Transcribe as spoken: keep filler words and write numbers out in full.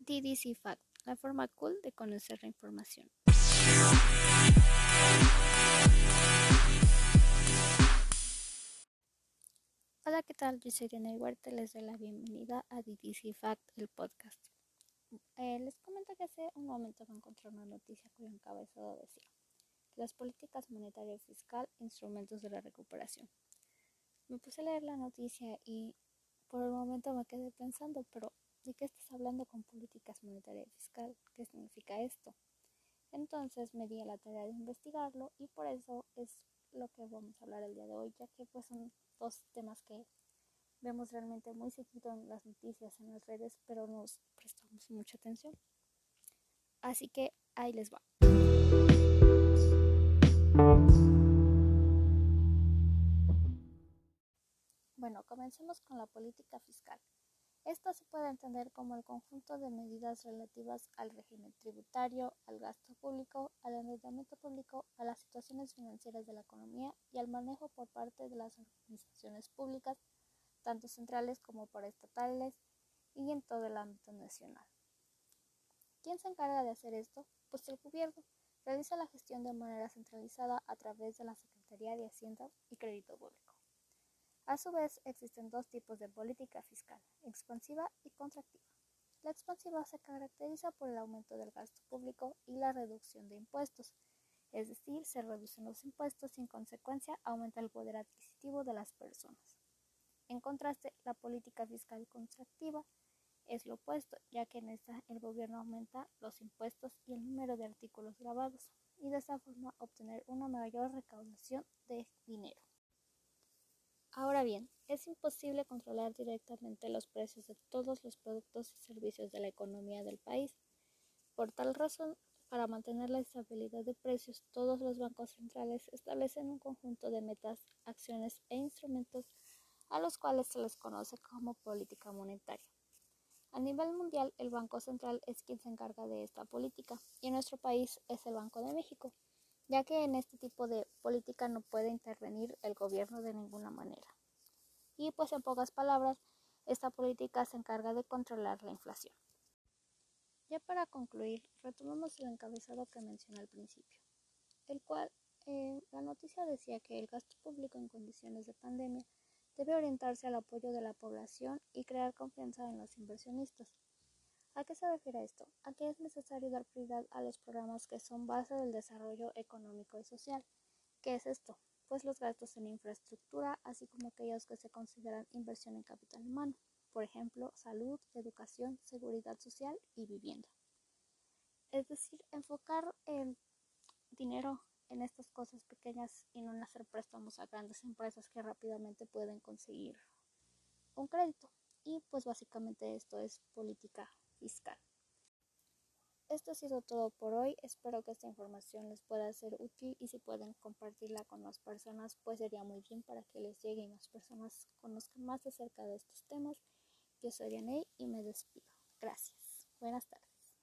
D D C Fact, la forma cool de conocer la información. Hola, ¿qué tal? Yo soy Diana Huerta y les doy la bienvenida a D D C Fact, el podcast. Eh, les comento que hace un momento me encontré una noticia cuyo encabezado decía: las políticas monetaria y fiscal, instrumentos de la recuperación. Me puse a leer la noticia y por el momento me quedé pensando, pero ¿de qué estás hablando con políticas monetaria y fiscal? ¿Qué significa esto? Entonces me di a la tarea de investigarlo y por eso es lo que vamos a hablar el día de hoy, ya que pues son dos temas que vemos realmente muy seguido en las noticias, en las redes, pero no nos prestamos mucha atención. Así que ahí les va. Bueno, comencemos con la política fiscal. Esto se puede entender como el conjunto de medidas relativas al régimen tributario, al gasto público, al endeudamiento público, a las situaciones financieras de la economía y al manejo por parte de las organizaciones públicas, tanto centrales como paraestatales, y en todo el ámbito nacional. ¿Quién se encarga de hacer esto? Pues el gobierno realiza la gestión de manera centralizada a través de la Secretaría de Hacienda y Crédito Público. A su vez, existen dos tipos de política fiscal, expansiva y contractiva. La expansiva se caracteriza por el aumento del gasto público y la reducción de impuestos, es decir, se reducen los impuestos y en consecuencia aumenta el poder adquisitivo de las personas. En contraste, la política fiscal contractiva es lo opuesto, ya que en esta el gobierno aumenta los impuestos y el número de artículos grabados, y de esta forma obtener una mayor recaudación de dinero. Ahora bien, es imposible controlar directamente los precios de todos los productos y servicios de la economía del país. Por tal razón, para mantener la estabilidad de precios, todos los bancos centrales establecen un conjunto de metas, acciones e instrumentos a los cuales se les conoce como política monetaria. A nivel mundial, el Banco Central es quien se encarga de esta política y en nuestro país es el Banco de México, ya que en este tipo de política no puede intervenir el gobierno de ninguna manera. Y pues en pocas palabras, esta política se encarga de controlar la inflación. Ya para concluir, retomemos el encabezado que mencioné al principio, el cual eh, la noticia decía que el gasto público en condiciones de pandemia debe orientarse al apoyo de la población y crear confianza en los inversionistas. ¿A qué se refiere esto? A que es necesario dar prioridad a los programas que son base del desarrollo económico y social. ¿Qué es esto? Pues los gastos en infraestructura, así como aquellos que se consideran inversión en capital humano, por ejemplo, salud, educación, seguridad social y vivienda. Es decir, enfocar el dinero en estas cosas pequeñas y no en hacer préstamos a grandes empresas que rápidamente pueden conseguir un crédito. Y pues básicamente esto es política fiscal. Esto ha sido todo por hoy, espero que esta información les pueda ser útil y si pueden compartirla con más personas pues sería muy bien para que les llegue y más personas conozcan más acerca de estos temas. Yo soy Yanei y me despido. Gracias. Buenas tardes.